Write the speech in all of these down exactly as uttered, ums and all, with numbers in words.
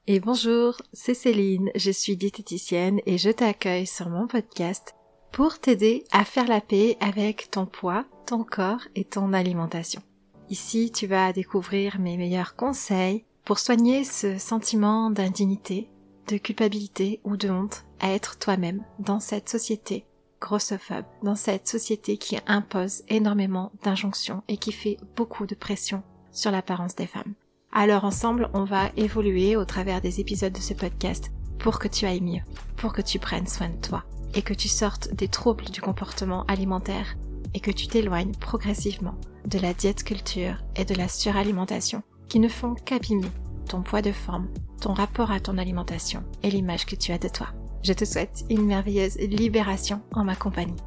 Et bonjour, c'est Céline, je suis diététicienne et je t'accueille sur mon podcast pour t'aider à faire la paix avec ton poids, ton corps et ton alimentation. Ici, tu vas découvrir mes meilleurs conseils pour soigner ce sentiment d'indignité, de culpabilité ou de honte à être toi-même dans cette société grossophobe, dans cette société qui impose énormément d'injonctions et qui fait beaucoup de pression sur l'apparence des femmes. Alors ensemble, on va évoluer au travers des épisodes de ce podcast pour que tu ailles mieux, pour que tu prennes soin de toi et que tu sortes des troubles du comportement alimentaire et que tu t'éloignes progressivement de la diète culture et de la suralimentation qui ne font qu'abîmer ton poids de forme, ton rapport à ton alimentation et l'image que tu as de toi. Je te souhaite une merveilleuse libération en ma compagnie.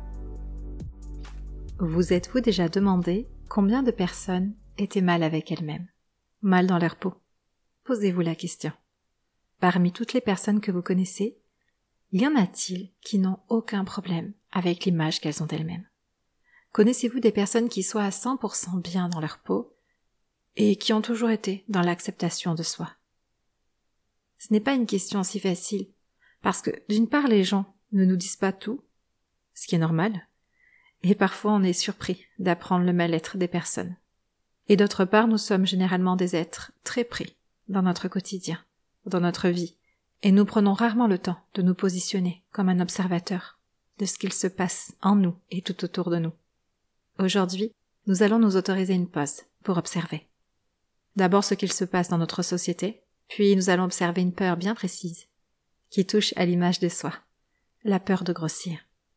Vous êtes-vous déjà demandé combien de personnes étaient mal avec elles-mêmes? Mal dans leur peau? Posez-vous la question. Parmi toutes les personnes que vous connaissez, y en a-t-il qui n'ont aucun problème avec l'image qu'elles ont d'elles-mêmes? Connaissez-vous des personnes qui soient à cent pour cent bien dans leur peau et qui ont toujours été dans l'acceptation de soi? Ce n'est pas une question si facile, parce que d'une part les gens ne nous disent pas tout, ce qui est normal, et parfois on est surpris d'apprendre le mal-être des personnes. Et d'autre part, nous sommes généralement des êtres très pris dans notre quotidien, dans notre vie, et nous prenons rarement le temps de nous positionner comme un observateur de ce qu'il se passe en nous et tout autour de nous. Aujourd'hui, nous allons nous autoriser une pause pour observer. D'abord ce qu'il se passe dans notre société, puis nous allons observer une peur bien précise, qui touche à l'image de soi, la peur de grossir.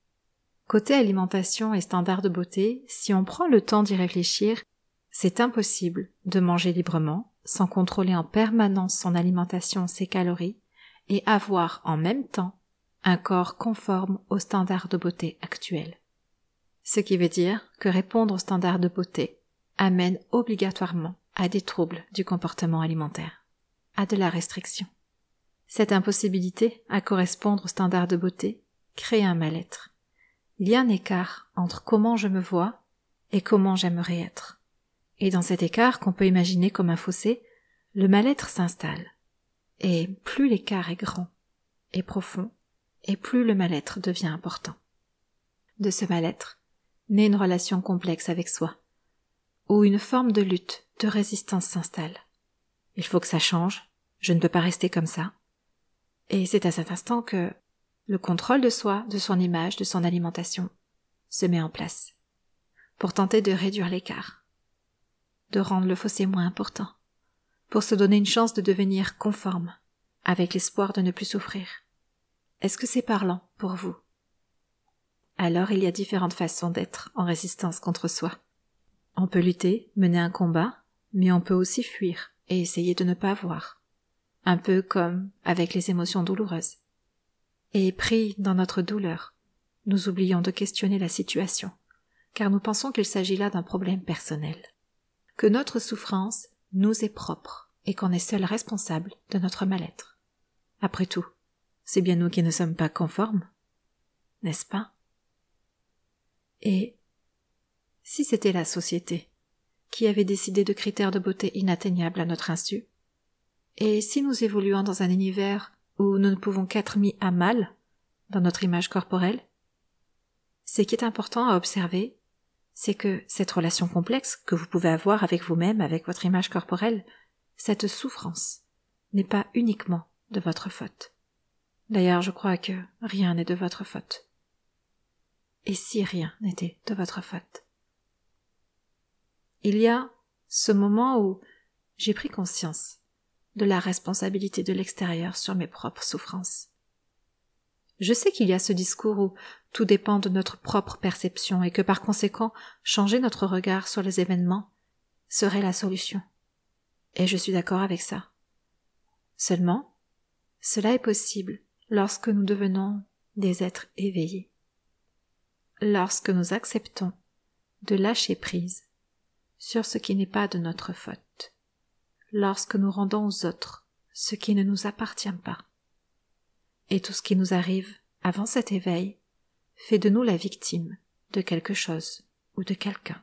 Côté alimentation et standards de beauté, si on prend le temps d'y réfléchir, c'est impossible de manger librement, sans contrôler en permanence son alimentation, ses calories, et avoir en même temps un corps conforme aux standards de beauté actuels. Ce qui veut dire que répondre aux standards de beauté amène obligatoirement à des troubles du comportement alimentaire, à de la restriction. Cette impossibilité à correspondre aux standards de beauté crée un mal-être. Il y a un écart entre comment je me vois et comment j'aimerais être. Et dans cet écart qu'on peut imaginer comme un fossé, le mal-être s'installe. Et plus l'écart est grand et profond, et plus le mal-être devient important. De ce mal-être naît une relation complexe avec soi, où une forme de lutte, de résistance s'installe. Il faut que ça change, je ne peux pas rester comme ça. Et c'est à cet instant que le contrôle de soi, de son image, de son alimentation, se met en place, pour tenter de réduire l'écart, de rendre le fossé moins important, pour se donner une chance de devenir conforme, avec l'espoir de ne plus souffrir. Est-ce que c'est parlant pour vous? Alors il y a différentes façons d'être en résistance contre soi. On peut lutter, mener un combat, mais on peut aussi fuir et essayer de ne pas voir. Un peu comme avec les émotions douloureuses. Et pris dans notre douleur, nous oublions de questionner la situation, car nous pensons qu'il s'agit là d'un problème personnel. Que notre souffrance nous est propre et qu'on est seul responsable de notre mal-être. Après tout, c'est bien nous qui ne sommes pas conformes, n'est-ce pas? Et si c'était la société qui avait décidé de critères de beauté inatteignables à notre insu, et si nous évoluons dans un univers où nous ne pouvons qu'être mis à mal dans notre image corporelle, ce qui est important à observer, c'est que cette relation complexe que vous pouvez avoir avec vous-même, avec votre image corporelle, cette souffrance n'est pas uniquement de votre faute. D'ailleurs, je crois que rien n'est de votre faute. Et si rien n'était de votre faute? Il y a ce moment où j'ai pris conscience de la responsabilité de l'extérieur sur mes propres souffrances. Je sais qu'il y a ce discours où tout dépend de notre propre perception et que par conséquent, changer notre regard sur les événements serait la solution. Et je suis d'accord avec ça. Seulement, cela est possible lorsque nous devenons des êtres éveillés. Lorsque nous acceptons de lâcher prise sur ce qui n'est pas de notre faute. Lorsque nous rendons aux autres ce qui ne nous appartient pas. Et tout ce qui nous arrive avant cet éveil fait de nous la victime de quelque chose ou de quelqu'un.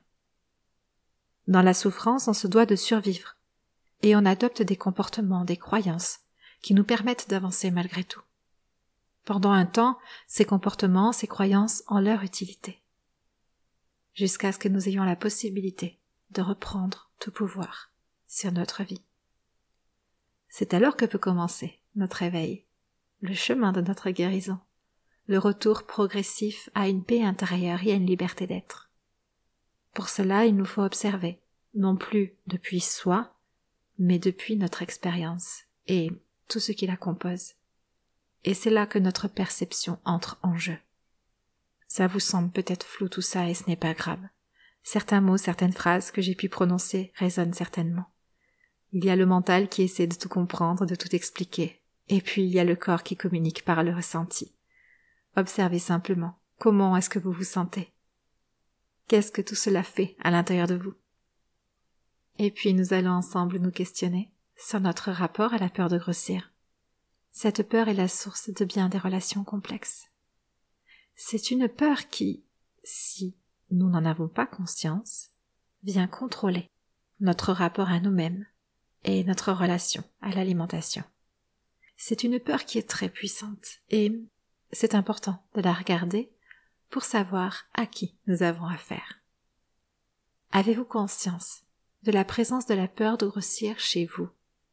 Dans la souffrance, on se doit de survivre, et on adopte des comportements, des croyances, qui nous permettent d'avancer malgré tout. Pendant un temps, ces comportements, ces croyances ont leur utilité. Jusqu'à ce que nous ayons la possibilité de reprendre tout pouvoir sur notre vie. C'est alors que peut commencer notre éveil, le chemin de notre guérison, le retour progressif à une paix intérieure et à une liberté d'être. Pour cela, il nous faut observer, non plus depuis soi, mais depuis notre expérience et tout ce qui la compose. Et c'est là que notre perception entre en jeu. Ça vous semble peut-être flou tout ça et ce n'est pas grave. Certains mots, certaines phrases que j'ai pu prononcer résonnent certainement. Il y a le mental qui essaie de tout comprendre, de tout expliquer. Et puis il y a le corps qui communique par le ressenti. Observez simplement. Comment est-ce que vous vous sentez? Qu'est-ce que tout cela fait à l'intérieur de vous? Et puis nous allons ensemble nous questionner sur notre rapport à la peur de grossir. Cette peur est la source de bien des relations complexes. C'est une peur qui, si nous n'en avons pas conscience, vient contrôler notre rapport à nous-mêmes et notre relation à l'alimentation. C'est une peur qui est très puissante et c'est important de la regarder pour savoir à qui nous avons affaire. Avez-vous conscience de la présence de la peur de grossir chez vous?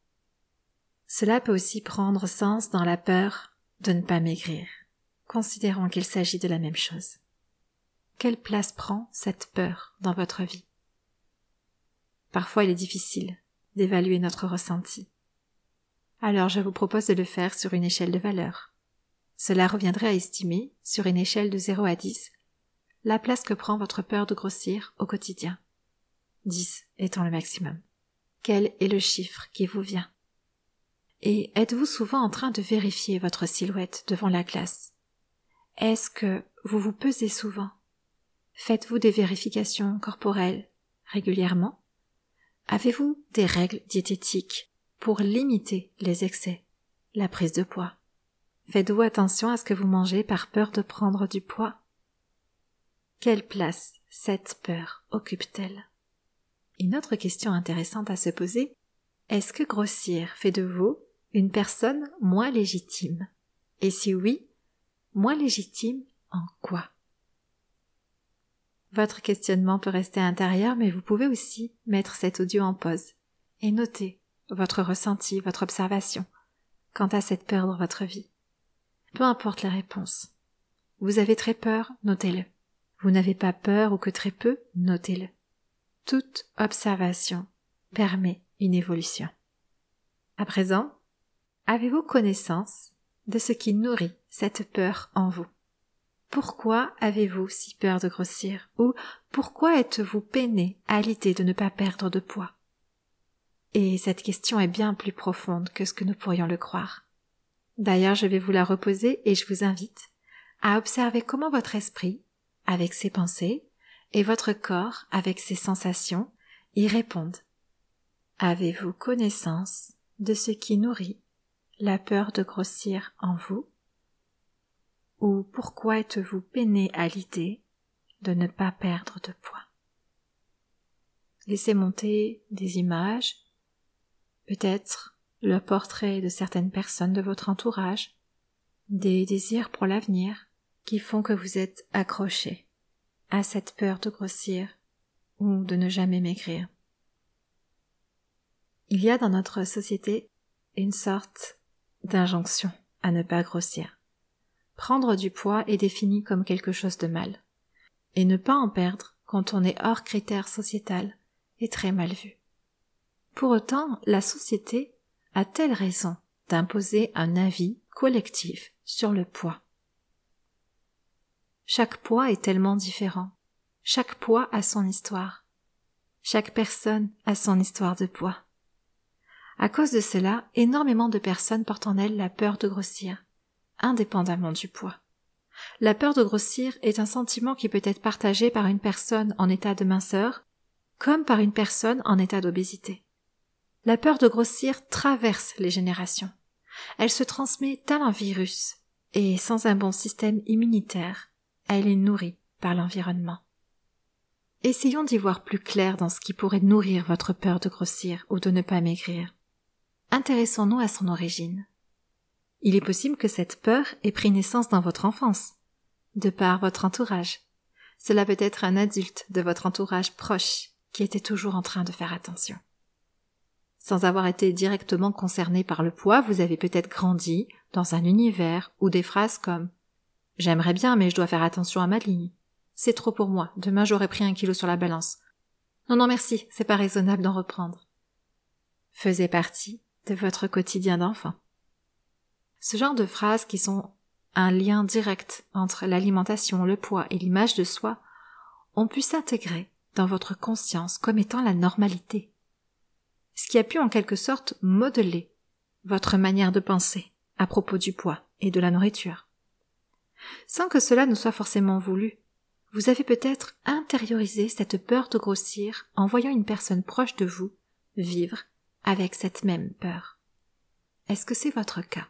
Cela peut aussi prendre sens dans la peur de ne pas maigrir, considérant qu'il s'agit de la même chose. Quelle place prend cette peur dans votre vie? Parfois il est difficile d'évaluer notre ressenti. Alors je vous propose de le faire sur une échelle de valeurs. Cela reviendrait à estimer, sur une échelle de zéro à dix, la place que prend votre peur de grossir au quotidien. dix étant le maximum. Quel est le chiffre qui vous vient? Et êtes-vous souvent en train de vérifier votre silhouette devant la glace? Est-ce que vous vous pesez souvent? Faites-vous des vérifications corporelles régulièrement? Avez-vous des règles diététiques pour limiter les excès, la prise de poids? Faites-vous attention à ce que vous mangez par peur de prendre du poids? Quelle place cette peur occupe-t-elle? Une autre question intéressante à se poser, est-ce que grossir fait de vous une personne moins légitime? Et si oui, moins légitime en quoi? Votre questionnement peut rester intérieur, mais vous pouvez aussi mettre cet audio en pause et noter votre ressenti, votre observation quant à cette peur dans votre vie. Peu importe la réponse. Vous avez très peur, notez-le. Vous n'avez pas peur ou que très peu, notez-le. Toute observation permet une évolution. À présent, avez-vous connaissance de ce qui nourrit cette peur en vous? Pourquoi avez-vous si peur de grossir? Ou pourquoi êtes-vous peiné à l'idée de ne pas perdre de poids? Et cette question est bien plus profonde que ce que nous pourrions le croire. D'ailleurs, je vais vous la reposer et je vous invite à observer comment votre esprit, avec ses pensées, et votre corps, avec ses sensations, y répondent. Avez-vous connaissance de ce qui nourrit la peur de grossir en vous? Ou pourquoi êtes-vous peiné à l'idée de ne pas perdre de poids? Laissez monter des images, peut-être le portrait de certaines personnes de votre entourage, des désirs pour l'avenir qui font que vous êtes accroché à cette peur de grossir ou de ne jamais maigrir. Il y a dans notre société une sorte d'injonction à ne pas grossir. Prendre du poids est défini comme quelque chose de mal, et ne pas en perdre quand on est hors critère sociétal est très mal vu. Pour autant, la société a-t-elle raison d'imposer un avis collectif sur le poids? Chaque poids est tellement différent. Chaque poids a son histoire. Chaque personne a son histoire de poids. À cause de cela, énormément de personnes portent en elles la peur de grossir, indépendamment du poids. La peur de grossir est un sentiment qui peut être partagé par une personne en état de minceur, comme par une personne en état d'obésité. La peur de grossir traverse les générations. Elle se transmet tel un virus, et sans un bon système immunitaire, elle est nourrie par l'environnement. Essayons d'y voir plus clair dans ce qui pourrait nourrir votre peur de grossir ou de ne pas maigrir. Intéressons-nous à son origine. Il est possible que cette peur ait pris naissance dans votre enfance, de par votre entourage. Cela peut être un adulte de votre entourage proche qui était toujours en train de faire attention. Sans avoir été directement concerné par le poids, vous avez peut-être grandi dans un univers où des phrases comme « J'aimerais bien, mais je dois faire attention à ma ligne. C'est trop pour moi, demain j'aurais pris un kilo sur la balance. Non, non merci, c'est pas raisonnable d'en reprendre. » faisaient partie de votre quotidien d'enfant. Ce genre de phrases qui sont un lien direct entre l'alimentation, le poids et l'image de soi ont pu s'intégrer dans votre conscience comme étant la normalité. Ce qui a pu en quelque sorte modeler votre manière de penser à propos du poids et de la nourriture. Sans que cela ne soit forcément voulu, vous avez peut-être intériorisé cette peur de grossir en voyant une personne proche de vous vivre avec cette même peur. Est-ce que c'est votre cas?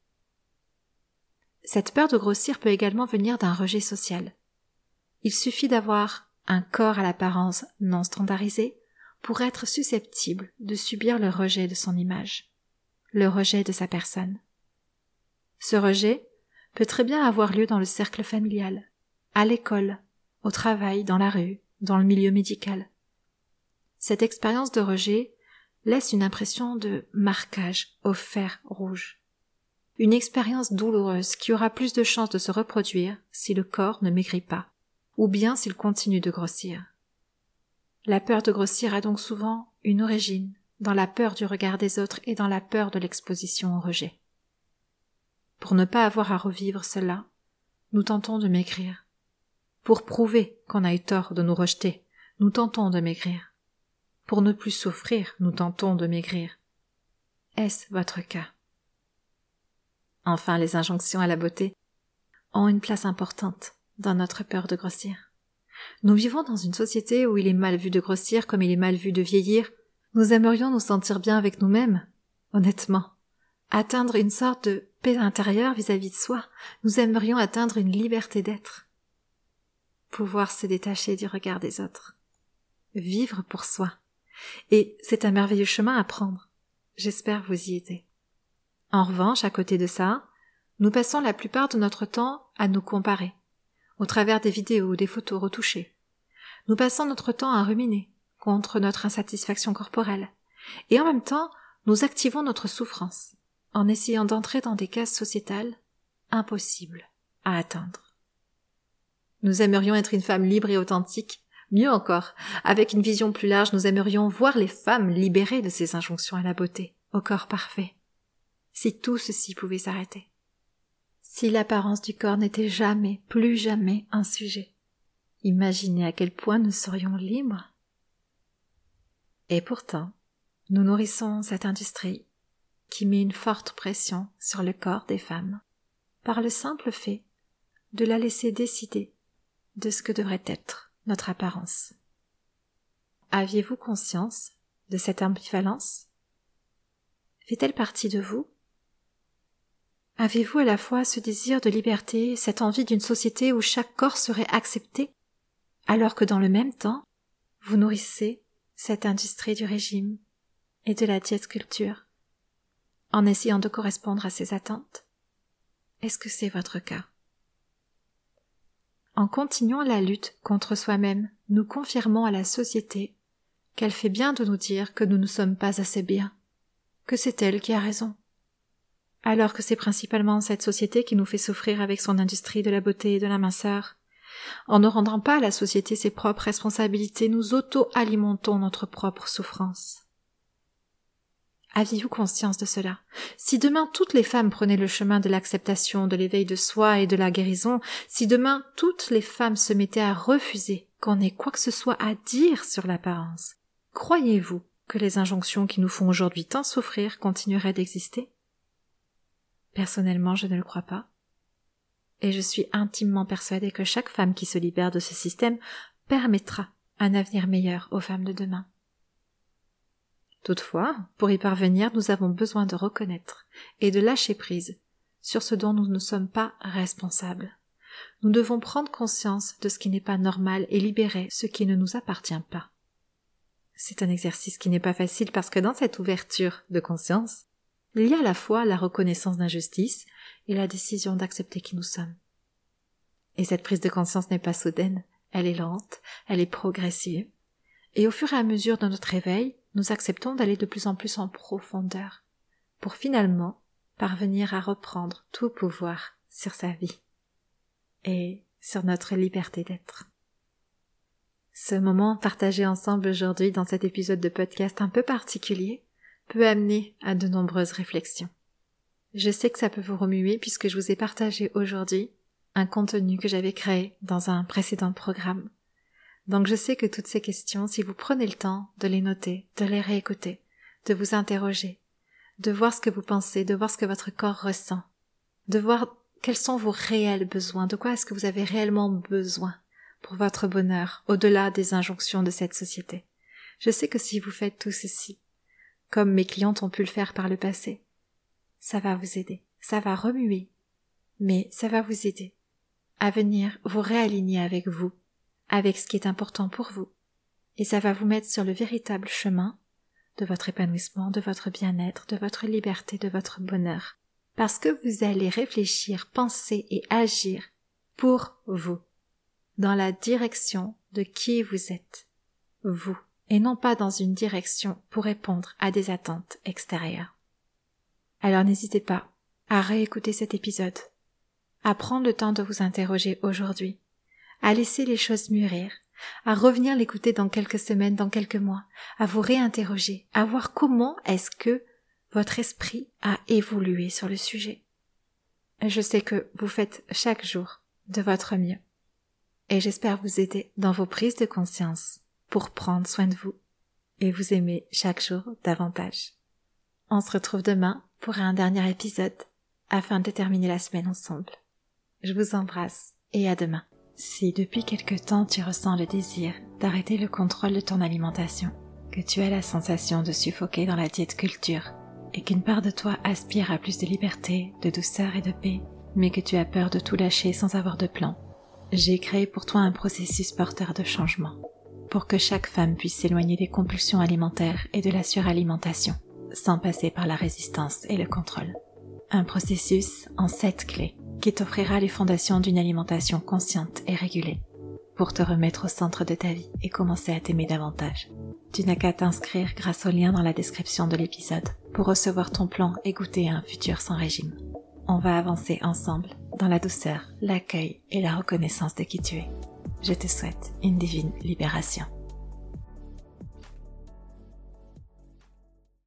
Cette peur de grossir peut également venir d'un rejet social. Il suffit d'avoir un corps à l'apparence non standardisée pour être susceptible de subir le rejet de son image, le rejet de sa personne. Ce rejet peut très bien avoir lieu dans le cercle familial, à l'école, au travail, dans la rue, dans le milieu médical. Cette expérience de rejet laisse une impression de marquage au fer rouge. Une expérience douloureuse qui aura plus de chances de se reproduire si le corps ne maigrit pas, ou bien s'il continue de grossir. La peur de grossir a donc souvent une origine dans la peur du regard des autres et dans la peur de l'exposition au rejet. Pour ne pas avoir à revivre cela, nous tentons de maigrir. Pour prouver qu'on a eu tort de nous rejeter, nous tentons de maigrir. Pour ne plus souffrir, nous tentons de maigrir. Est-ce votre cas? Enfin, les injonctions à la beauté ont une place importante dans notre peur de grossir. Nous vivons dans une société où il est mal vu de grossir comme il est mal vu de vieillir. Nous aimerions nous sentir bien avec nous-mêmes, honnêtement. Atteindre une sorte de paix intérieure vis-à-vis de soi. Nous aimerions atteindre une liberté d'être. Pouvoir se détacher du regard des autres. Vivre pour soi. Et c'est un merveilleux chemin à prendre. J'espère vous y aider. En revanche, à côté de ça, nous passons la plupart de notre temps à nous comparer, au travers des vidéos ou des photos retouchées. Nous passons notre temps à ruminer contre notre insatisfaction corporelle. Et en même temps, nous activons notre souffrance, en essayant d'entrer dans des cases sociétales impossibles à atteindre. Nous aimerions être une femme libre et authentique. Mieux encore, avec une vision plus large, nous aimerions voir les femmes libérées de ces injonctions à la beauté, au corps parfait. Si tout ceci pouvait s'arrêter. Si l'apparence du corps n'était jamais, plus jamais un sujet. Imaginez à quel point nous serions libres. Et pourtant, nous nourrissons cette industrie qui met une forte pression sur le corps des femmes par le simple fait de la laisser décider de ce que devrait être notre apparence. Aviez-vous conscience de cette ambivalence? Fait-elle partie de vous? Avez-vous à la fois ce désir de liberté, cette envie d'une société où chaque corps serait accepté, alors que dans le même temps, vous nourrissez cette industrie du régime et de la diète culture, en essayant de correspondre à ces attentes? Est-ce que c'est votre cas? En continuant la lutte contre soi-même, nous confirmons à la société qu'elle fait bien de nous dire que nous ne sommes pas assez bien, que c'est elle qui a raison. Alors que c'est principalement cette société qui nous fait souffrir avec son industrie de la beauté et de la minceur. En ne rendant pas à la société ses propres responsabilités, nous auto-alimentons notre propre souffrance. Aviez-vous conscience de cela? Si demain toutes les femmes prenaient le chemin de l'acceptation, de l'éveil de soi et de la guérison, si demain toutes les femmes se mettaient à refuser qu'on ait quoi que ce soit à dire sur l'apparence, croyez-vous que les injonctions qui nous font aujourd'hui tant souffrir continueraient d'exister? Personnellement, je ne le crois pas. Et je suis intimement persuadée que chaque femme qui se libère de ce système permettra un avenir meilleur aux femmes de demain. Toutefois, pour y parvenir, nous avons besoin de reconnaître et de lâcher prise sur ce dont nous ne sommes pas responsables. Nous devons prendre conscience de ce qui n'est pas normal et libérer ce qui ne nous appartient pas. C'est un exercice qui n'est pas facile parce que dans cette ouverture de conscience, il y a à la fois la reconnaissance d'injustice et la décision d'accepter qui nous sommes. Et cette prise de conscience n'est pas soudaine, elle est lente, elle est progressive. Et au fur et à mesure de notre éveil, nous acceptons d'aller de plus en plus en profondeur, pour finalement parvenir à reprendre tout pouvoir sur sa vie et sur notre liberté d'être. Ce moment partagé ensemble aujourd'hui dans cet épisode de podcast un peu particulier peut amener à de nombreuses réflexions. Je sais que ça peut vous remuer puisque je vous ai partagé aujourd'hui un contenu que j'avais créé dans un précédent programme. Donc je sais que toutes ces questions, si vous prenez le temps de les noter, de les réécouter, de vous interroger, de voir ce que vous pensez, de voir ce que votre corps ressent, de voir quels sont vos réels besoins, de quoi est-ce que vous avez réellement besoin pour votre bonheur, au-delà des injonctions de cette société. Je sais que si vous faites tout ceci, comme mes clientes ont pu le faire par le passé, ça va vous aider, ça va remuer, mais ça va vous aider à venir vous réaligner avec vous, avec ce qui est important pour vous, et ça va vous mettre sur le véritable chemin de votre épanouissement, de votre bien-être, de votre liberté, de votre bonheur, parce que vous allez réfléchir, penser et agir pour vous, dans la direction de qui vous êtes, vous, et non pas dans une direction pour répondre à des attentes extérieures. Alors n'hésitez pas à réécouter cet épisode, à prendre le temps de vous interroger aujourd'hui, à laisser les choses mûrir, à revenir l'écouter dans quelques semaines, dans quelques mois, à vous réinterroger, à voir comment est-ce que votre esprit a évolué sur le sujet. Je sais que vous faites chaque jour de votre mieux. Et j'espère vous aider dans vos prises de conscience pour prendre soin de vous et vous aimer chaque jour davantage. On se retrouve demain pour un dernier épisode afin de terminer la semaine ensemble. Je vous embrasse et à demain. Si depuis quelque temps tu ressens le désir d'arrêter le contrôle de ton alimentation, que tu as la sensation de suffoquer dans la diète culture et qu'une part de toi aspire à plus de liberté, de douceur et de paix, mais que tu as peur de tout lâcher sans avoir de plan, j'ai créé pour toi un processus porteur de changement, pour que chaque femme puisse s'éloigner des compulsions alimentaires et de la suralimentation, sans passer par la résistance et le contrôle. Un processus en sept clés, qui t'offrira les fondations d'une alimentation consciente et régulée, pour te remettre au centre de ta vie et commencer à t'aimer davantage. Tu n'as qu'à t'inscrire grâce au lien dans la description de l'épisode, pour recevoir ton plan et goûter à un futur sans régime. On va avancer ensemble dans la douceur, l'accueil et la reconnaissance de qui tu es. Je te souhaite une divine libération.